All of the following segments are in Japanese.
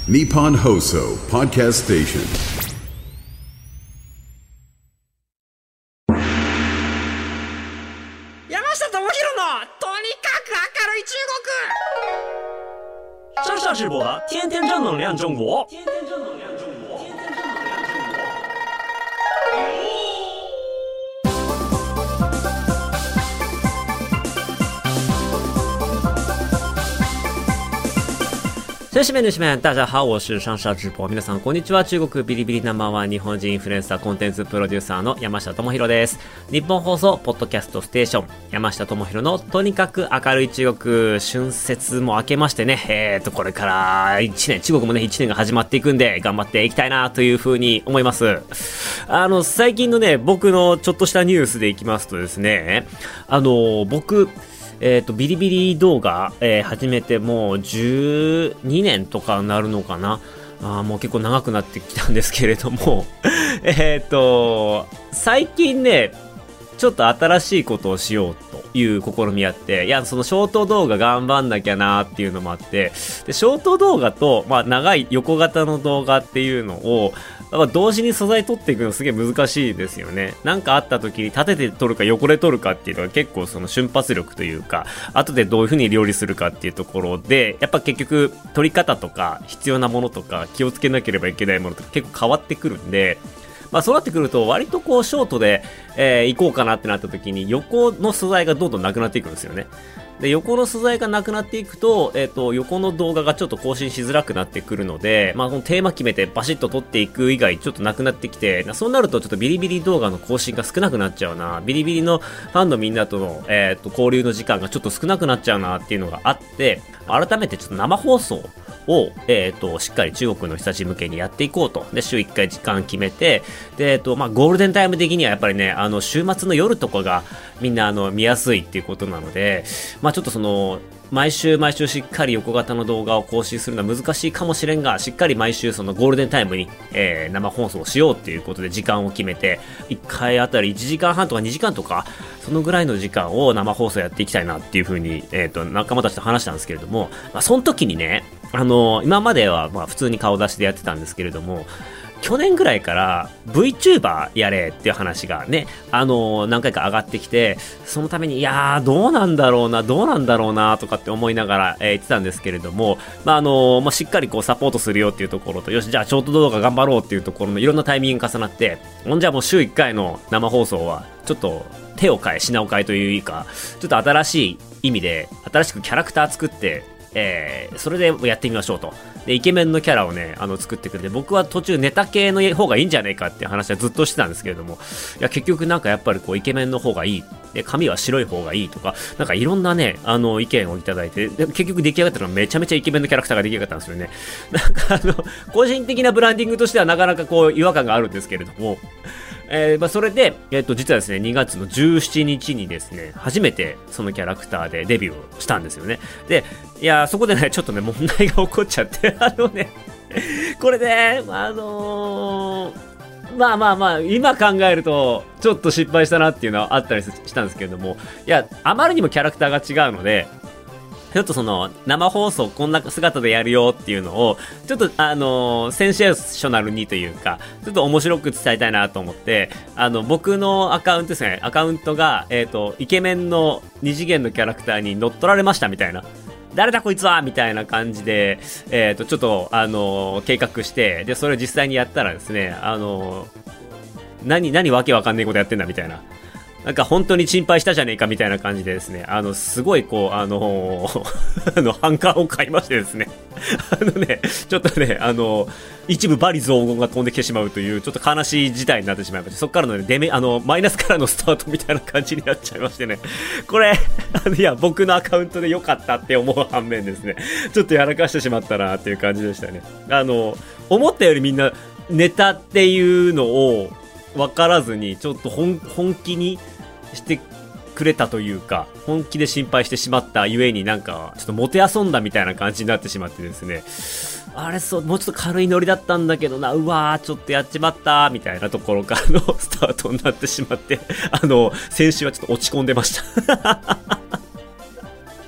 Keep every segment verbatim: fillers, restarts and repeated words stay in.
Nippon Hoso Podcast Station. 山下智博のとにかく明るい中国。 上上直播，天天正能量中国。天天正能量中国。天天正能量中国。女子们女子们大家好，我是上下直播。皆さんこんにちは。中国ビリビリナンバーワン日本人インフルエンサーコンテンツプロデューサーの山下智博です。日本放送ポッドキャストステーション山下智博のとにかく明るい中国、春節も明けましてね、えーとこれからいちねん、中国もねいちねんが始まっていくんで頑張っていきたいなというふうに思います。あの最近のね僕のちょっとしたニュースでいきますとですね、あの僕えっと、ビリビリ動画、えー、始めてもうじゅうにねんとかになるのかな。あもう結構長くなってきたんですけれども、えっと、最近ね、ちょっと新しいことをしようという試みあって、いや、そのショート動画頑張んなきゃなっていうのもあって、で、ショート動画と、まあ、長い横型の動画っていうのを、同時に素材撮っていくのすげえ難しいですよね。なんかあった時に縦で撮るか横で撮るかっていうのは結構その瞬発力というか、後でどういう風に料理するかっていうところで、やっぱ結局撮り方とか必要なものとか気をつけなければいけないものとか結構変わってくるんで、まあそうなってくると割とこうショートで、えー、行こうかなってなった時に横の素材がどんどんなくなっていくんですよね。で横の素材がなくなっていくと、えっと、横の動画がちょっと更新しづらくなってくるので、まあ、このテーマ決めてバシッと撮っていく以外ちょっとなくなってきて、そうなるとちょっとビリビリ動画の更新が少なくなっちゃうな、ビリビリのファンのみんなとの、えっと、交流の時間がちょっと少なくなっちゃうなっていうのがあって、改めてちょっと生放送を、えっと、しっかり中国の人たち向けにやっていこうと。で、週いっかい時間決めて、で、えっと、まあ、ゴールデンタイム的にはやっぱりね、あの、週末の夜とかがみんな、あの、見やすいっていうことなので、まあ、ちょっとその、毎週毎週しっかり横型の動画を更新するのは難しいかもしれんが、しっかり毎週そのゴールデンタイムに、えー、生放送しようっていうことで時間を決めて、いっかいあたりいちじかんはんとかにじかんとか、そのぐらいの時間を生放送やっていきたいなっていうふうに、えっと、仲間たちと話したんですけれども、まあ、その時にね、あのー、今まではまあ普通に顔出しでやってたんですけれども、去年ぐらいから VTuber やれっていう話がね、あのー、何回か上がってきて、そのためにいやーどうなんだろうなどうなんだろうなとかって思いながら、えー、言ってたんですけれども、まああのーまあ、しっかりこうサポートするよっていうところと、よしじゃあショート動画頑張ろうっていうところのいろんなタイミングが重なって、ほんじゃもう週いっかいの生放送はちょっと手を変え品を変えというか、ちょっと新しい意味で新しくキャラクター作って、えー、それでやってみましょうと。でイケメンのキャラをねあの作ってくれて、僕は途中ネタ系の方がいいんじゃないかっていう話はずっとしてたんですけれども、いや結局なんかやっぱりこうイケメンの方がいい、で髪は白い方がいいとか、なんかいろんなねあの意見をいただいて、で結局出来上がったのはめちゃめちゃイケメンのキャラクターが出来上がったんですよね。なんかあの個人的なブランディングとしてはなかなかこう違和感があるんですけれども、えーまあ、それで、えー、と実はですねにがつのじゅうしちにちにですね初めてそのキャラクターでデビューをしたんですよね。でいやそこでねちょっとね問題が起こっちゃってあのねこれねあのー、まあまあまあ今考えるとちょっと失敗したなっていうのはあったりしたんですけれども、いやあまりにもキャラクターが違うので、ちょっとその生放送こんな姿でやるよっていうのをちょっとあのー、センセーショナルにというかちょっと面白く伝えたいなと思って、あの僕のアカウントですね、アカウントがえっとイケメンの二次元のキャラクターに乗っ取られましたみたいな、誰だこいつはみたいな感じでえっとちょっとあのー、計画して、でそれを実際にやったらですね、あのー、何何わけわかんないことやってんだみたいな、なんか本当に心配したじゃねえかみたいな感じでですね、あのすごいこうあのー、あのハンカーを買いましてですねあのねちょっとねあの一部罵詈雑言が飛んできてしまうというちょっと悲しい事態になってしまいまして、そこからの、ね、デメあのマイナスからのスタートみたいな感じになっちゃいましてね、これあのいや僕のアカウントで良かったって思う反面ですね、ちょっとやらかしてしまったなっていう感じでしたね。あの思ったよりみんなネタっていうのを分からずにちょっと 本, 本気にしてくれたというか、本気で心配してしまったゆえになんかちょっともて遊んだみたいな感じになってしまってですね、あれそうもうちょっと軽いノリだったんだけどな、うわーちょっとやっちまったみたいなところからのスタートになってしまって、あの先週はちょっと落ち込んでました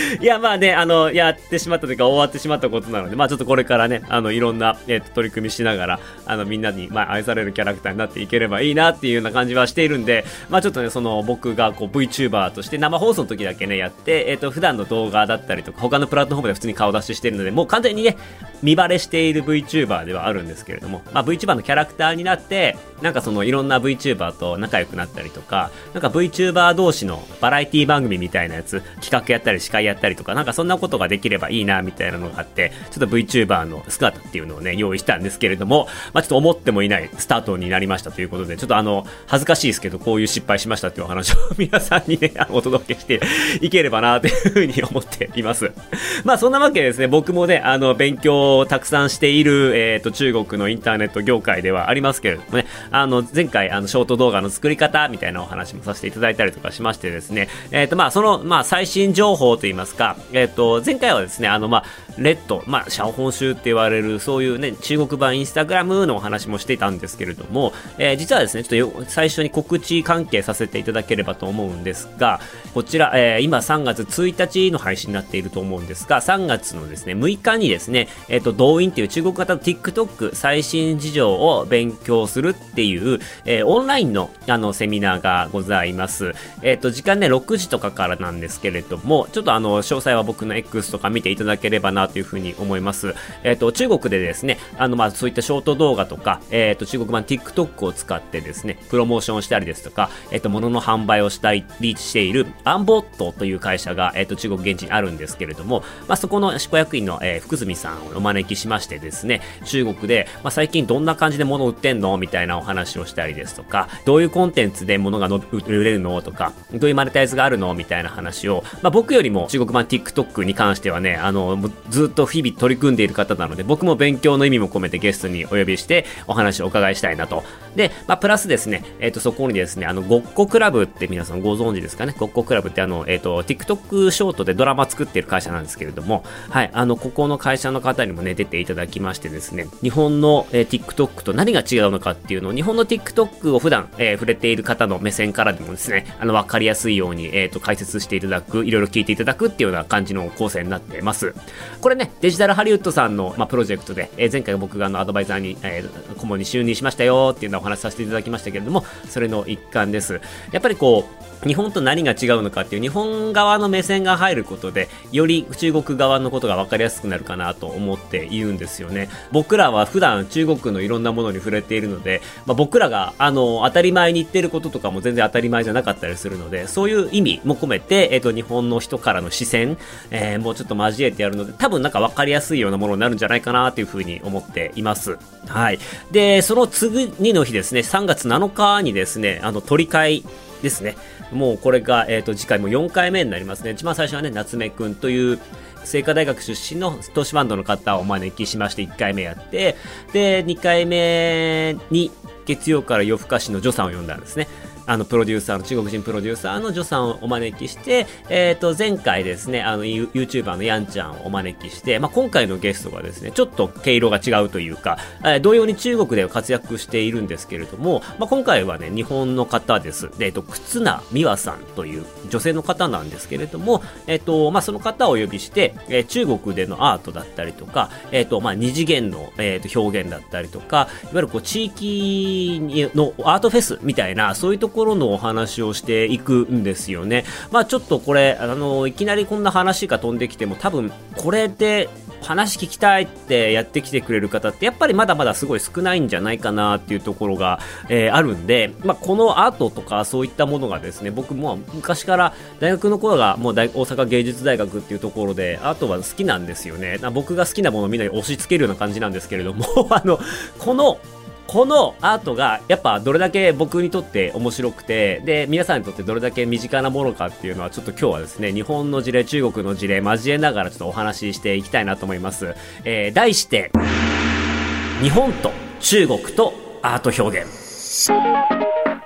いや、まあね、あの、やってしまったというか、終わってしまったことなので、まあちょっとこれからね、あの、いろんな、えっと、取り組みしながら、あの、みんなに、まあ愛されるキャラクターになっていければいいなっていうような感じはしているんで、まあちょっとね、その、僕がこう VTuber として生放送の時だけね、やって、えっと、普段の動画だったりとか、他のプラットフォームで普通に顔出ししているので、もう完全にね、見バレしている VTuber ではあるんですけれども、まあ VTuber のキャラクターになって、なんかその、いろんな VTuber と仲良くなったりとか、なんか VTuber 同士のバラエティ番組みたいなやつ、企画やったり司会やったりとか、なんかそんなことができればいいなみたいなのがあって、ちょっと VTuber の姿っていうのをね、用意したんですけれども、まあちょっと思ってもいないスタートになりましたということで、ちょっとあの、恥ずかしいですけど、こういう失敗しましたっていうお話を皆さんにね、お届けしていければなというふうに思っています。まあそんなわけでですね、僕もね、あの、勉強をたくさんしている、えっと、中国のインターネット業界ではありますけれどもね、あの、前回、あの、ショート動画の作り方みたいなお話もさせていただいたりとかしましてですね、えっと、まあその、まあ最新情報といいますか、えっと、前回はですね、あの、まあ、レッド、まあ、シャオホン州って言われる、そういうね、中国版インスタグラムのお話もしていたんですけれども、えー、実はですね、ちょっと最初に告知関係させていただければと思うんですが、こちら、えー、今さんがつついたちの配信になっていると思うんですが、さんがつのですね、むいかにですね、えっと、動員っていう中国型の TikTok 最新事情を勉強するっていう、えー、オンラインの、あの、セミナーがございます。えっと、時間ね、ろくじとかからなんですけれども、ちょっとあの、詳細は僕の X とか見ていただければなというふうに思います。えっと、中国でですね、あの、まあ、そういったショート動画とか、えっと、中国版 TikTok を使ってですね、プロモーションをしたりですとか、えっと、物の販売をしたりしているアンボットという会社が、えっと、中国現地にあるんですけれども、まあ、そこの執行役員の、えー、福住さんをお招きしましてですね、中国で、まあ、最近どんな感じで物を売ってんのみたいなお話をしたりですとか、どういうコンテンツで物がの売れるのとか、どういうマネタイズがあるのみたいな話を、まあ、僕よりも中国版 TikTok に関してはね、あの、ずっと日々取り組んでいる方なので、僕も勉強の意味も込めてゲストにお呼びしてお話をお伺いしたいなと。で、まあ、プラスですね、えっと、そこにですね、あの、ごっこクラブって皆さんご存知ですかね。ごっこクラブってあの、えっと、TikTok ショートでドラマ作っている会社なんですけれども、はい、あの、ここの会社の方にもね、出ていただきましてですね、日本の、えー、TikTok と何が違うのかっていうのを、日本の TikTok を普段、えー、触れている方の目線からでもですね、あの、わかりやすいように、えっと、解説していただく、いろいろ聞いていただくっていうような感じの構成になっています。これね、デジタルハリウッドさんの、まあ、プロジェクトで、えー、前回僕があの、アドバイザーに、えー、顧問に就任しましたよっていうのをお話しさせていただきましたけれども、それの一環です。やっぱりこう、日本と何が違うのかっていう日本側の目線が入ることでより中国側のことが分かりやすくなるかなと思っているんですよね。僕らは普段中国のいろんなものに触れているので、まあ、僕らがあの当たり前に言ってることとかも全然当たり前じゃなかったりするので、そういう意味も込めて、えっと、日本の人からの視線、えー、もうちょっと交えてやるので、多分なんか分かりやすいようなものになるんじゃないかなというふうに思っています。はい。で、その次の日ですね、さんがつなのかにですね、あの取り替えですね。もうこれが、えーと、次回もよんかいめになりますね。一番最初はね、夏目くんという清華大学出身の投資バンドの方をお招きしましていっかいめやって、で、にかいめに月曜から夜更かしのジョさんを呼んだんですね。あのプロデューサーの中国人プロデューサーのジョさんをお招きして、えっと前回ですね、あの YouTuber のヤンちゃんをお招きして、まあ、今回のゲストがですね、ちょっと毛色が違うというか、えー、同様に中国で活躍しているんですけれども、まあ、今回はね、日本の方です。で、えっと忽那美和さんという女性の方なんですけれども、えっとまあ、その方をお呼びして、えー、中国でのアートだったりとか、えっとまあ、二次元の、えー、と表現だったりとか、いわゆるこう地域のアートフェスみたいな、そういうところところのお話をしていくんですよね。まあちょっとこれあのいきなりこんな話が飛んできても多分これで話聞きたいってやってきてくれる方ってやっぱりまだまだすごい少ないんじゃないかなっていうところが、えー、あるんで、まあ、このアートとかそういったものがですね、僕も昔から大学の頃がもう大大阪芸術大学っていうところでアートは好きなんですよね。僕が好きなものをみんなに押し付けるような感じなんですけれどもあのこのこのアートがやっぱどれだけ僕にとって面白くて、で皆さんにとってどれだけ身近なものかっていうのはちょっと今日はですね、日本の事例、中国の事例交えながらちょっとお話ししていきたいなと思います。えー、題して日本と中国とアート表現。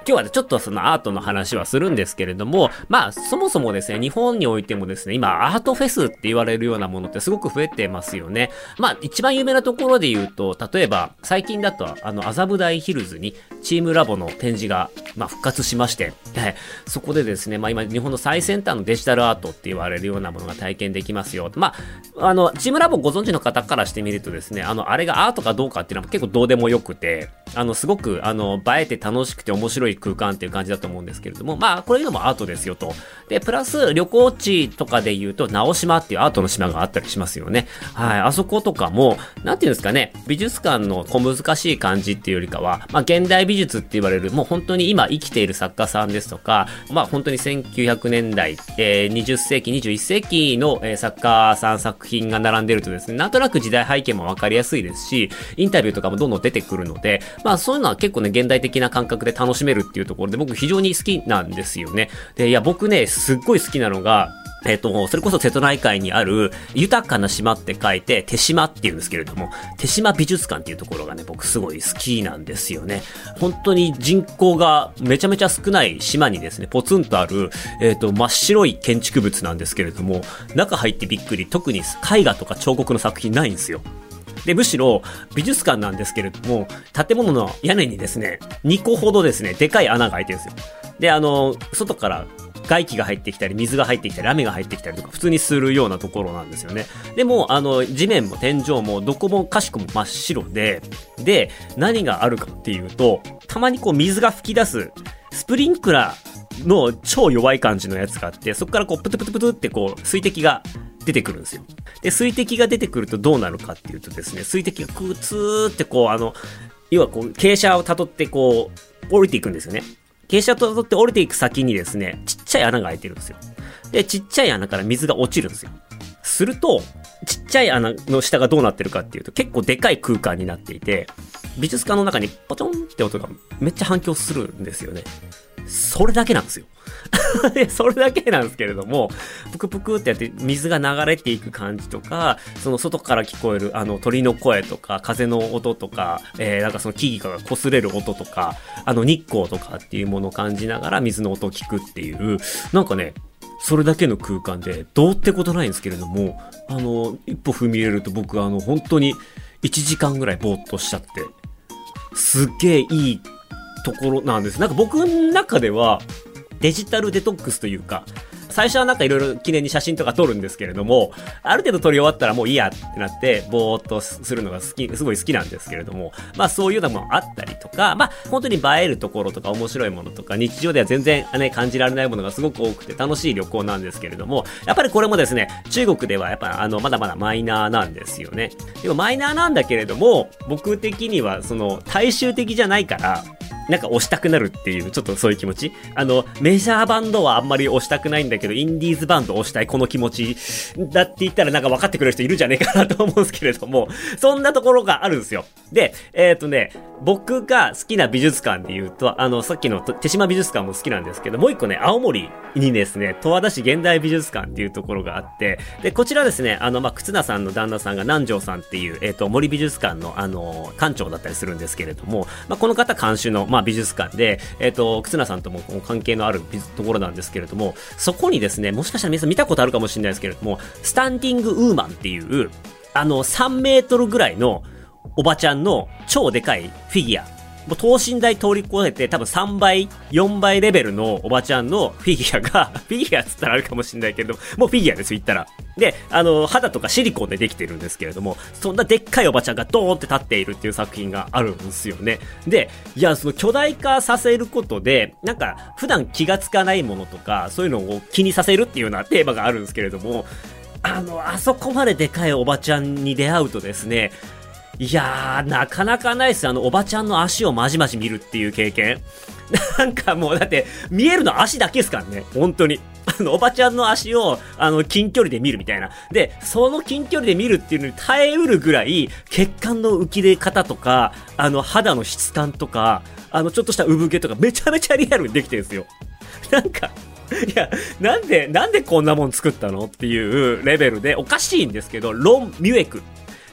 今日はね、ちょっとそのアートの話はするんですけれども、まあ、そもそもですね、日本においてもですね、今、アートフェスって言われるようなものってすごく増えてますよね。まあ、一番有名なところで言うと、例えば、最近だと、あの、麻布台ヒルズに、チームラボの展示が、まあ、復活しまして、はい、そこでですね、まあ、今、日本の最先端のデジタルアートって言われるようなものが体験できますよ。まあ、あの、チームラボご存知の方からしてみるとですね、あの、あれがアートかどうかっていうのは結構どうでもよくて、あの、すごく、あの、映えて楽しくて面白い空間っていう感じだと思うんですけれども、まあ、これいうのもアートですよと。で、プラス、旅行地とかで言うと、直島っていうアートの島があったりしますよね。はい。あそことかも、なんていうんですかね、美術館の小難しい感じっていうよりかは、まあ、現代美術って言われる、もう本当に今生きている作家さんですとか、まあ、本当にせんきゅうひゃくねんだい、えー、にじゅっせいき、にじゅういっせいきの、えー、作家さん作品が並んでるとですね、なんとなく時代背景もわかりやすいですし、インタビューとかもどんどん出てくるので、まあ、そういうのは結構ね、現代的な感覚で楽しめるっていうところで、僕非常に好きなんですよね。で、いや、僕ね、すっごい好きなのが、えっと、それこそ瀬戸内海にある豊かな島って書いて手島っていうんですけれども、手島美術館っていうところがね、僕すごい好きなんですよね。本当に人口がめちゃめちゃ少ない島にですね、ポツンとある、えっと、真っ白い建築物なんですけれども、中入ってびっくり、特に絵画とか彫刻の作品ないんですよ。で、むしろ美術館なんですけれども、建物の屋根にですね、にこほどですね、でかい穴が開いてるんですよ。で、あの、外から外気が入ってきたり、水が入ってきたり、雨が入ってきたりとか、普通にするようなところなんですよね。でも、あの、地面も天井もどこもかしこも真っ白で、で、何があるかっていうと、たまにこう水が吹き出す、スプリンクラーの超弱い感じのやつがあって、そこからこう、プトプトプトってこう、水滴が出てくるんですよ。で、水滴が出てくるとどうなるかっていうとですね、水滴がクツーってこう、あの、要はこう、傾斜を辿ってこう、降りていくんですよね。傾斜を辿って降りていく先にですね、ちっちゃい穴が開いてるんですよ。で、ちっちゃい穴から水が落ちるんですよ。すると、ちっちゃい穴の下がどうなってるかっていうと、結構でかい空間になっていて、美術館の中にポチョンって音がめっちゃ反響するんですよね。それだけなんですよ。それだけなんですけれども、ぷくぷくってやって水が流れていく感じとか、その外から聞こえるあの鳥の声とか、風の音とか、えー、なんかその木々が擦れる音とか、あの日光とかっていうものを感じながら水の音を聞くっていう、なんかね、それだけの空間で、どうってことないんですけれども、あの、一歩踏み入れると僕あの、本当にいちじかんぐらいぼーっとしちゃって、すっげーいいところなんです。なんか僕の中では、デジタルデトックスというか、最初はなんかいろいろ記念に写真とか撮るんですけれども、ある程度撮り終わったらもういいやってなって、ぼーっとするのが好き、すごい好きなんですけれども、まあそういうのもあったりとか、まあ本当に映えるところとか面白いものとか、日常では全然ね、感じられないものがすごく多くて楽しい旅行なんですけれども、やっぱりこれもですね、中国ではやっぱあの、まだまだマイナーなんですよね。でもマイナーなんだけれども、僕的にはその、大衆的じゃないから、なんか押したくなるっていう、ちょっとそういう気持ち。あの、メジャーバンドはあんまり押したくないんだけど、インディーズバンド押したいこの気持ちだって言ったらなんか分かってくれる人いるんじゃねえかなと思うんですけれども、そんなところがあるんですよ。で、えっとね、僕が好きな美術館で言うと、あの、さっきの手島美術館も好きなんですけど、もう一個ね、青森にですね、十和田市現代美術館っていうところがあって、で、こちらですね、あの、まあ、忽那さんの旦那さんが南條さんっていう、えっと、森美術館の、あの、館長だったりするんですけれども、まあ、この方監修の、まあ、美術館で、えっと、忽那さんとも関係のあるところなんですけれども、そこにですね、もしかしたら皆さん見たことあるかもしれないですけれども、スタンディングウーマンっていう、あの、さんメートルぐらいのおばちゃんの超でかいフィギュア。もう等身大通り越えて多分さんばい、よんばいレベルのおばちゃんのフィギュアが、フィギュアっつったらあるかもしれないけれども、もうフィギュアですよ、言ったら。で、あの、肌とかシリコンでできてるんですけれども、そんなでっかいおばちゃんがドーンって立っているっていう作品があるんですよね。で、いや、その巨大化させることで、なんか、普段気がつかないものとか、そういうのを気にさせるっていうようなテーマがあるんですけれども、あの、あそこまででかいおばちゃんに出会うとですね、いやー、なかなかないっす。あの、おばちゃんの足をまじまじ見るっていう経験。なんかもう、だって、見えるの足だけですからね。本当に。あの、おばちゃんの足を、あの、近距離で見るみたいな。で、その近距離で見るっていうのに耐えうるぐらい、血管の浮き出方とか、あの、肌の質感とか、あの、ちょっとした産毛とか、めちゃめちゃリアルにできてるんですよ。なんか、いや、なんで、なんでこんなもん作ったのっていうレベルで、おかしいんですけど、ロン・ミュエク。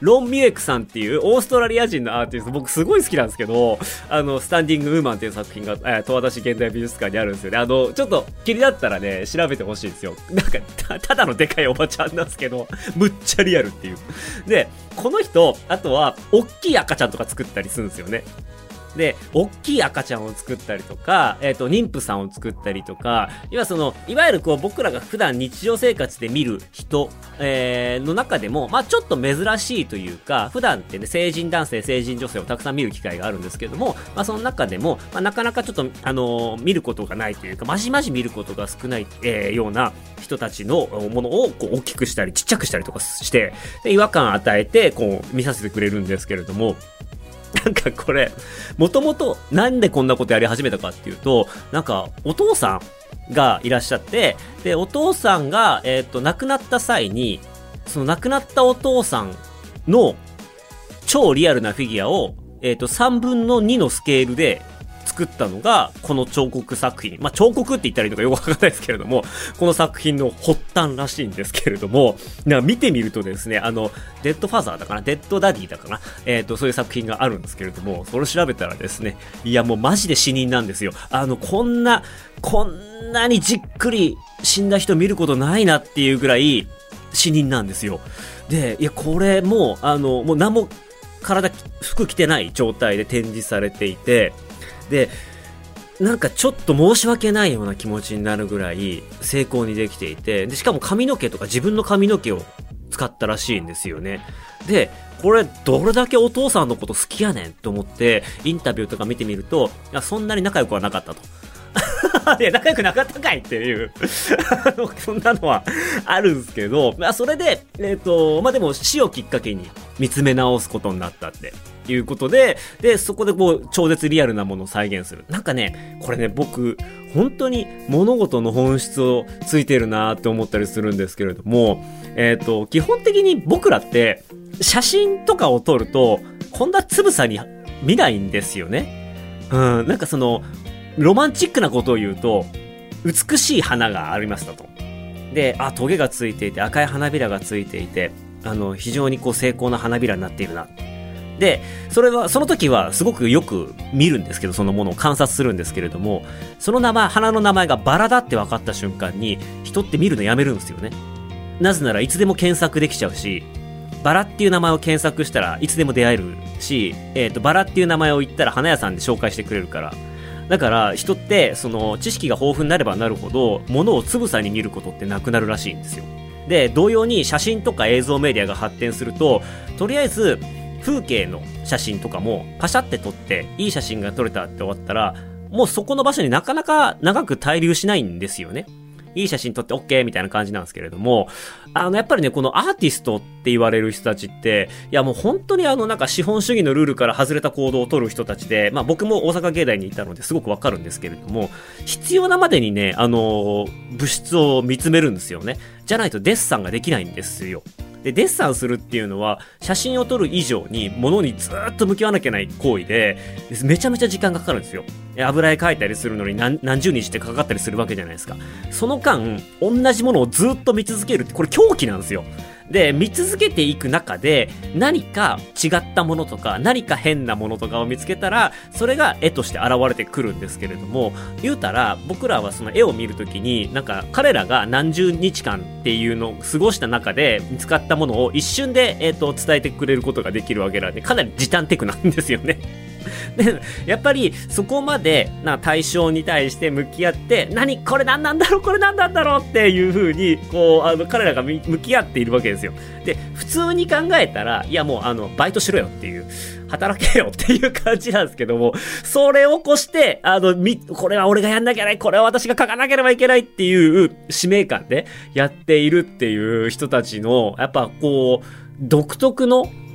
ロン・ミュエクさんっていうオーストラリア人のアーティスト、僕すごい好きなんですけど、あの、スタンディング・ウーマンっていう作品が、えー、十和田市現代美術館にあるんですよね。あの、ちょっと気になったらね、調べてほしいんですよ。なんか、た、ただのでかいおばちゃんなんですけど、むっちゃリアルっていう。で、この人、あとは、大きい赤ちゃんとか作ったりするんですよね。で、大きい赤ちゃんを作ったりとか、えっと、妊婦さんを作ったりとか、いわその、いわゆるこう、僕らが普段日常生活で見る人、えー、の中でも、まあちょっと珍しいというか、普段ってね、成人男性、成人女性をたくさん見る機会があるんですけれども、まあその中でも、まあなかなかちょっと、あのー、見ることがないというか、まじまじ見ることが少ない、えー、ような人たちのものを、こう、大きくしたり、ちっちゃくしたりとかして、で、違和感与えて、こう、見させてくれるんですけれども、なんかこれ、もともとなんでこんなことやり始めたかっていうと、なんかお父さんがいらっしゃって、で、お父さんが、えっと、亡くなった際に、その亡くなったお父さんの超リアルなフィギュアを、えっと、さんぶんのにのスケールで作ったのが、この彫刻作品。まあ、彫刻って言ったらいいのかよくわかんないですけれども、この作品の発端らしいんですけれども、なんか見てみるとですね、あの、デッドファザーだかな、デッドダディだかな、えっと、そういう作品があるんですけれども、それを調べたらですね、いやもうマジで死人なんですよ。あの、こんな、こんなにじっくり死んだ人見ることないなっていうぐらい死人なんですよ。で、いや、これもう、あの、もう何も体、服着てない状態で展示されていて、で、なんかちょっと申し訳ないような気持ちになるぐらい精巧にできていて、で、しかも髪の毛とか自分の髪の毛を使ったらしいんですよね。で、これどれだけお父さんのこと好きやねんと思ってインタビューとか見てみると、いやそんなに仲良くはなかったと。いや、仲良くなかったかいっていう、そんなのはあるんですけど、まあ、それで、えっと、まあ、でも死をきっかけに見つめ直すことになったっていうことで、で、そこでこう、超絶リアルなものを再現する。なんかね、これね、僕、本当に物事の本質をついてるなーって思ったりするんですけれども、えっと、基本的に僕らって、写真とかを撮ると、こんなつぶさに見ないんですよね。うん、なんかその、ロマンチックなことを言うと、美しい花がありましたと。で、あ、トゲがついていて、赤い花びらがついていて、あの、非常にこう精巧な花びらになっているな。で、それは、その時はすごくよく見るんですけど、そのものを観察するんですけれども、その名前、花の名前がバラだって分かった瞬間に、人って見るのやめるんですよね。なぜならいつでも検索できちゃうし、バラっていう名前を検索したらいつでも出会えるし、えっと、バラっていう名前を言ったら花屋さんで紹介してくれるから、だから人ってその知識が豊富になればなるほど物をつぶさに見ることってなくなるらしいんですよ。で、同様に写真とか映像メディアが発展すると、とりあえず風景の写真とかもパシャって撮っていい写真が撮れたって終わったら、もうそこの場所になかなか長く滞留しないんですよね。いい写真撮って OK みたいな感じなんですけれども、あの、やっぱりね、このアーティストって言われる人たちって、いやもう本当にあの、なんか資本主義のルールから外れた行動を取る人たちで、まあ僕も大阪芸大にいたのですごくわかるんですけれども、必要なまでにね、あの、物質を見つめるんですよね。じゃないとデッサンができないんですよ。で、デッサンするっていうのは、写真を撮る以上に物にずーっと向き合わなきゃいけない行為で、めちゃめちゃ時間がかかるんですよ。油絵描いたりするのに何、何十日ってかかったりするわけじゃないですか。その間、同じものをずーっと見続けるって、これ狂気なんですよ。で、見続けていく中で、何か違ったものとか、何か変なものとかを見つけたら、それが絵として現れてくるんですけれども、言うたら、僕らはその絵を見るときに、なんか彼らが何十日間っていうのを過ごした中で見つかったものを一瞬で、えっと、伝えてくれることができるわけなんで、かなり時短テクなんですよね。で、やっぱりそこまでな対象に対して向き合って、何これ何なんだろうこれ何なんだろうっていう風に、こう、あの、彼らが向き合っているわけですよ。で、普通に考えたら、いやもうあの、バイトしろよっていう、働けよっていう感じなんですけども、それを越して、あの、み、これは俺がやんなきゃいけない、これは私が書かなければいけないっていう使命感でやっているっていう人たちの、やっぱこう、独特の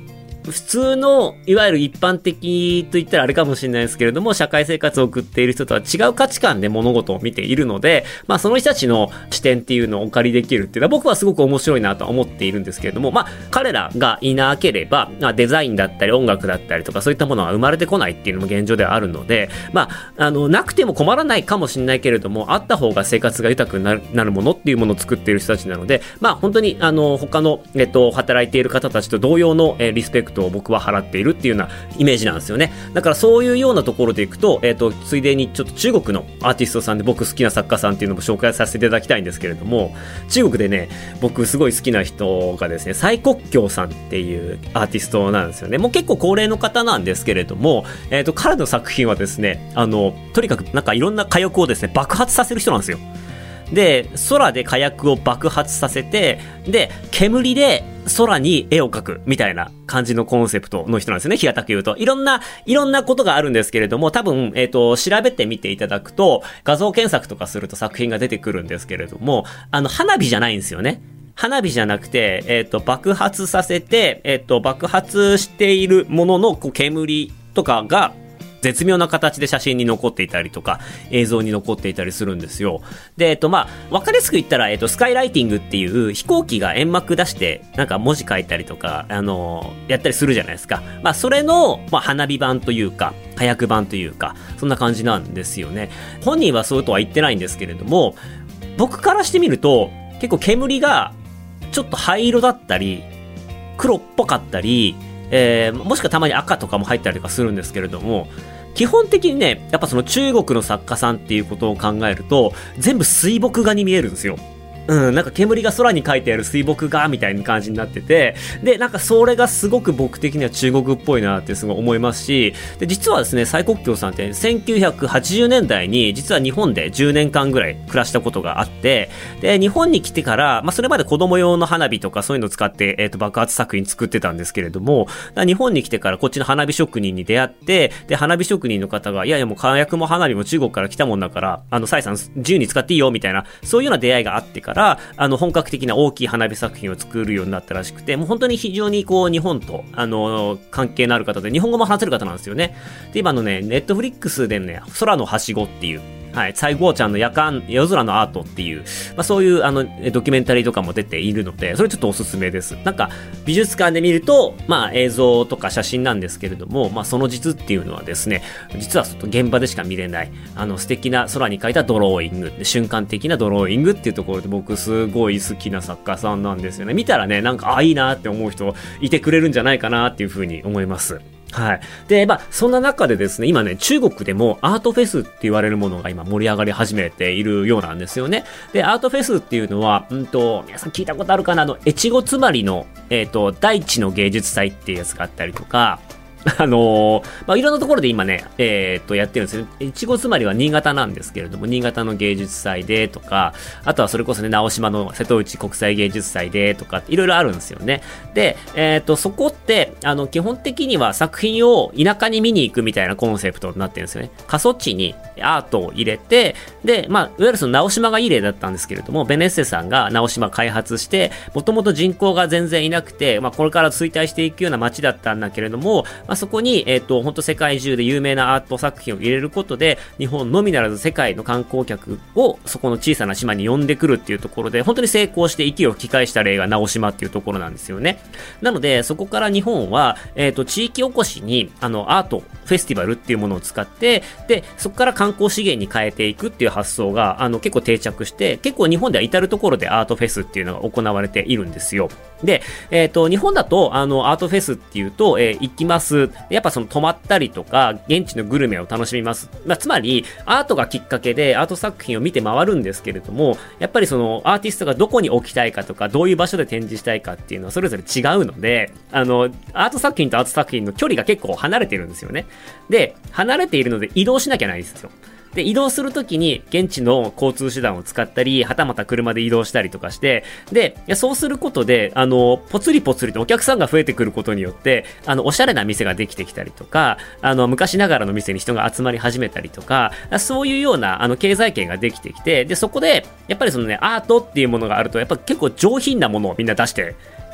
普通のいわゆる一般的と言ったらあれかもしれないですけれども、社会生活を送っている人とは違う価値観で物事を見ているので、まあその人たちの視点っていうのをお借りできるっていうのは僕はすごく面白いなと思っているんですけれども、まあ彼らがいなければ、まあ、デザインだったり音楽だったりとかそういったものは生まれてこないっていうのも現状ではあるので、まああのなくても困らないかもしれないけれども、あった方が生活が豊かになる、なるものっていうものを作っている人たちなので、まあ本当にあの他のえっと働いている方たちと同様の、えー、リスペクトを僕は払っているっていうようなイメージなんですよね。だからそういうようなところでいくと、えっとついでにちょっと中国のアーティストさんで僕好きな作家さんっていうのも紹介させていただきたいんですけれども、中国でね僕すごい好きな人がですね、蔡國強さんっていうアーティストなんですよね。もう結構高齢の方なんですけれども、えっと彼の作品はですね、あのとにかくなんかいろんな火薬をですね爆発させる人なんですよ。で空で火薬を爆発させて、で煙で空に絵を描くみたいな感じのコンセプトの人なんですよね。平たく言うといろんないろんなことがあるんですけれども、多分えっと調べてみていただくと画像検索とかすると作品が出てくるんですけれども、あの花火じゃないんですよね。花火じゃなくて、えっと爆発させて、えっと爆発しているもののこう煙とかが絶妙な形で写真に残っていたりとか映像に残っていたりするんですよ。で、えっとまあ分かりやすく言ったら、えっとスカイライティングっていう飛行機が煙幕出してなんか文字書いたりとかあのー、やったりするじゃないですか。まあそれの、まあ、花火版というか火薬版というかそんな感じなんですよね。本人はそうとは言ってないんですけれども、僕からしてみると結構煙がちょっと灰色だったり黒っぽかったり、えー、もしくはたまに赤とかも入ったりとかするんですけれども、基本的にねやっぱその中国の作家さんっていうことを考えると全部水墨画に見えるんですよ。うん、なんか煙が空に描いてある水墨画みたいな感じになってて、でなんかそれがすごく僕的には中国っぽいなってすごい思いますし、で実はですね蔡國強さんってせんきゅうひゃくはちじゅうねんだいに実は日本でじゅうねんかんぐらい暮らしたことがあって、で日本に来てから、まあ、それまで子供用の花火とかそういうのを使って、えー、と爆発作品作ってたんですけれども、日本に来てからこっちの花火職人に出会って、で花火職人の方がいやいやもう火薬も花火も中国から来たもんだからあの蔡さん自由に使っていいよみたいなそういうような出会いがあってから、あの本格的な大きい花火作品を作るようになったらしくて、もう本当に非常にこう日本とあの関係のある方で日本語も話せる方なんですよね。で今のねネットフリックスでね空のはしごっていうはい、蔡國ちゃんの夜間夜空のアートっていう、まあ、そういうあのドキュメンタリーとかも出ているので、それちょっとおすすめです。なんか美術館で見ると、まあ、映像とか写真なんですけれども、まあ、その実っていうのはですね、実は現場でしか見れないあの素敵な空に描いたドローイング、瞬間的なドローイングっていうところで僕すごい好きな作家さんなんですよね。見たらねなんかあいいなって思う人いてくれるんじゃないかなっていうふうに思います。はい。で、まあ、そんな中でですね、今ね、中国でもアートフェスって言われるものが今盛り上がり始めているようなんですよね。で、アートフェスっていうのは、うんと、皆さん聞いたことあるかな、あの、越後妻有の、えっと、大地の芸術祭っていうやつがあったりとか、あのー、まあ、いろんなところで今ね、えー、っと、やってるんですよ。越後妻有は新潟なんですけれども、新潟の芸術祭でとか、あとはそれこそね、直島の瀬戸内国際芸術祭でとか、いろいろあるんですよね。で、えー、っと、そこって、あの、基本的には作品を田舎に見に行くみたいなコンセプトになってるんですよね。過疎地にアートを入れて、で、まあ、いわゆるその直島がいい例だったんですけれども、ベネッセさんが直島開発して、もともと人口が全然いなくて、まあ、これから衰退していくような街だったんだけれども、まあ、そこに、えっと、本当世界中で有名なアート作品を入れることで、日本のみならず世界の観光客をそこの小さな島に呼んでくるっていうところで、本当に成功して息を吹き返した例が直島っていうところなんですよね。なので、そこから日本は、えっと、地域おこしに、あの、アート、フェスティバルっていうものを使って、で、そこから観光資源に変えていくっていう発想が、あの、結構定着して、結構日本では至るところでアートフェスっていうのが行われているんですよ。で、えっと、日本だと、あの、アートフェスっていうと、えー、行きます。やっぱその泊まったりとか、現地のグルメを楽しみます。まあ、つまり、アートがきっかけでアート作品を見て回るんですけれども、やっぱりその、アーティストがどこに置きたいかとか、どういう場所で展示したいかっていうのはそれぞれ違うので、あの、アート作品とアート作品の距離が結構離れてるんですよね。で、離れているので移動しなきゃないんですよ。で、移動するときに現地の交通手段を使ったり、はたまた車で移動したりとかして、で、そうすることで、あの、ぽつりぽつりとお客さんが増えてくることによって、あの、おしゃれな店ができてきたりとか、あの、昔ながらの店に人が集まり始めたりとか、そういうような、あの、経済圏ができてきて、で、そこで、やっぱりそのね、アートっていうものがあると、やっぱ結構上品なものをみんな出して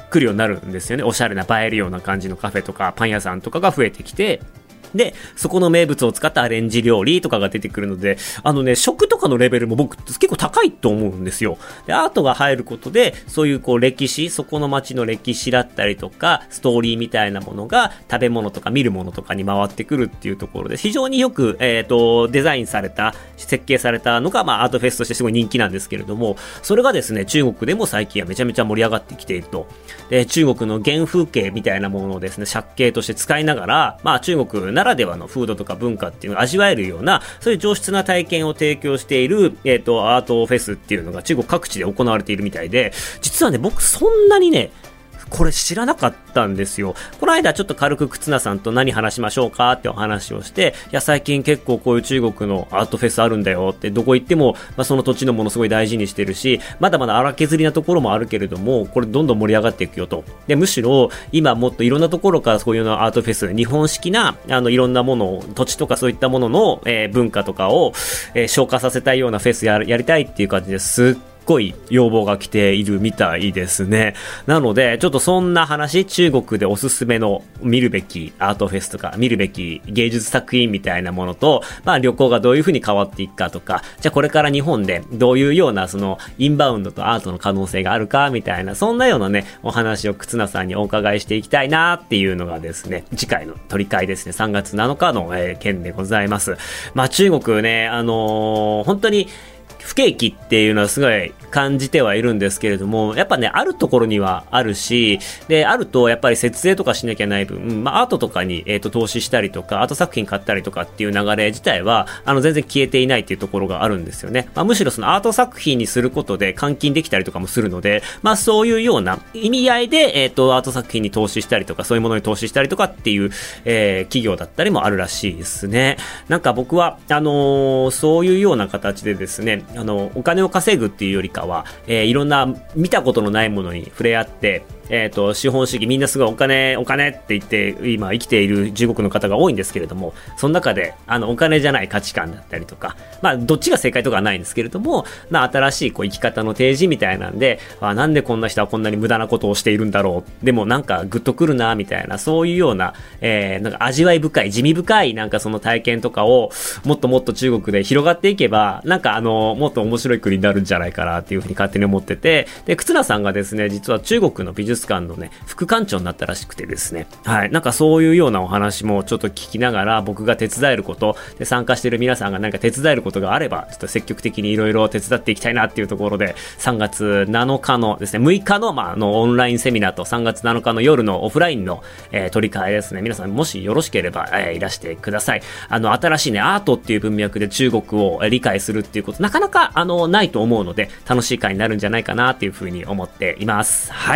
来るようになるんですよね。おしゃれな映えるような感じのカフェとかパン屋さんとかが増えてきて、で、そこの名物を使ったアレンジ料理とかが出てくるので、あのね、食とかのレベルも僕結構高いと思うんですよ。で、アートが入ることで、そういうこう歴史、そこの街の歴史だったりとか、ストーリーみたいなものが食べ物とか見るものとかに回ってくるっていうところで、非常によく、えっと、デザインされた、設計されたのが、まあ、アートフェスとしてすごい人気なんですけれども、それがですね、中国でも最近はめちゃめちゃ盛り上がってきていると。で、中国の原風景みたいなものをですね、借景として使いながら、まあ、中国ならではのフードとか文化っていうのを味わえるような、そういう上質な体験を提供している、えっと、アートフェスっていうのが中国各地で行われているみたいで、実はね、僕そんなにね、これ知らなかったんですよ。この間ちょっと軽く忽那さんと何話しましょうかってお話をして、いや最近結構こういう中国のアートフェスあるんだよって、どこ行っても、まあ、その土地のものすごい大事にしてるし、まだまだ荒削りなところもあるけれども、これどんどん盛り上がっていくよと。で、むしろ今もっといろんなところからそういうのアートフェス、日本式なあのいろんなものを、土地とかそういったものの、えー、文化とかを、えー、消化させたいようなフェスや、やりたいっていう感じですっすごい要望が来ているみたいですね。なのでちょっとそんな話、中国でおすすめの見るべきアートフェスとか見るべき芸術作品みたいなものと、まあ旅行がどういう風に変わっていくかとか、じゃあこれから日本でどういうようなそのインバウンドとアートの可能性があるかみたいな、そんなようなねお話を忽那さんにお伺いしていきたいなっていうのがですね、次回の取り替えですね、さんがつなのかの、えー、件でございます。まあ中国ね、あのー、本当に不景気っていうのはすごい感じてはいるんですけれども、やっぱね、あるところにはあるし、で、あるとやっぱり節税とかしなきゃない分、まあアートとかに、えーと、投資したりとか、アート作品買ったりとかっていう流れ自体は、あの、全然消えていないっていうところがあるんですよね。まあむしろそのアート作品にすることで換金できたりとかもするので、まあそういうような意味合いで、えーと、アート作品に投資したりとか、そういうものに投資したりとかっていう、えー、企業だったりもあるらしいですね。なんか僕は、あのー、そういうような形でですね、あの、お金を稼ぐっていうよりかは、えー、いろんな見たことのないものに触れ合って、えっと、資本主義、みんなすごいお金、お金って言って、今生きている中国の方が多いんですけれども、その中で、あの、お金じゃない価値観だったりとか、まあ、どっちが正解とかはないんですけれども、まあ、新しいこう生き方の提示みたいなんで、あ、なんでこんな人はこんなに無駄なことをしているんだろう。でもなんかグッとくるな、みたいな、そういうような、えー、なんか味わい深い、地味深い、なんかその体験とかを、もっともっと中国で広がっていけば、なんかあの、もっと面白い国になるんじゃないかな、っていうふうに勝手に思ってて、で、忽那さんがですね、実は中国の美術館のね、副館長になったらしくてですね、はい、なんかそういうようなお話もちょっと聞きながら、僕が手伝えることで、参加している皆さんが何か手伝えることがあれば、ちょっと積極的にいろいろ手伝っていきたいなっていうところで、さんがつなのかのですね、むいかの、まあ、あのオンラインセミナーとさんがつなのかの夜のオフラインの、えー、取り替えですね、皆さんもしよろしければ、えー、いらしてください。あの新しいね、アートっていう文脈で中国を理解するっていうことなかなかあのないと思うので、楽しい会になるんじゃないかなっていうふうに思っています。はい、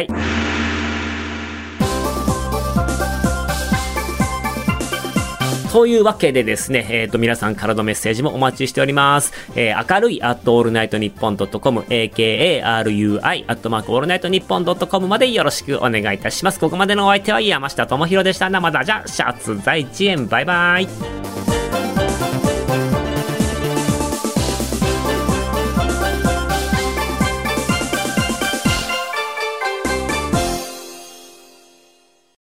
というわけでですね、えっと、皆さんからのメッセージもお待ちしております。えー、明るいアットオールナイトニッポンドットコム、エーケーエーアールユーアイ アットマークオールナイトニッポンドットコムまでよろしくお願いいたします。ここまでのお相手は山下智博でした。生だじゃ、シャツ在地園、バイバイ。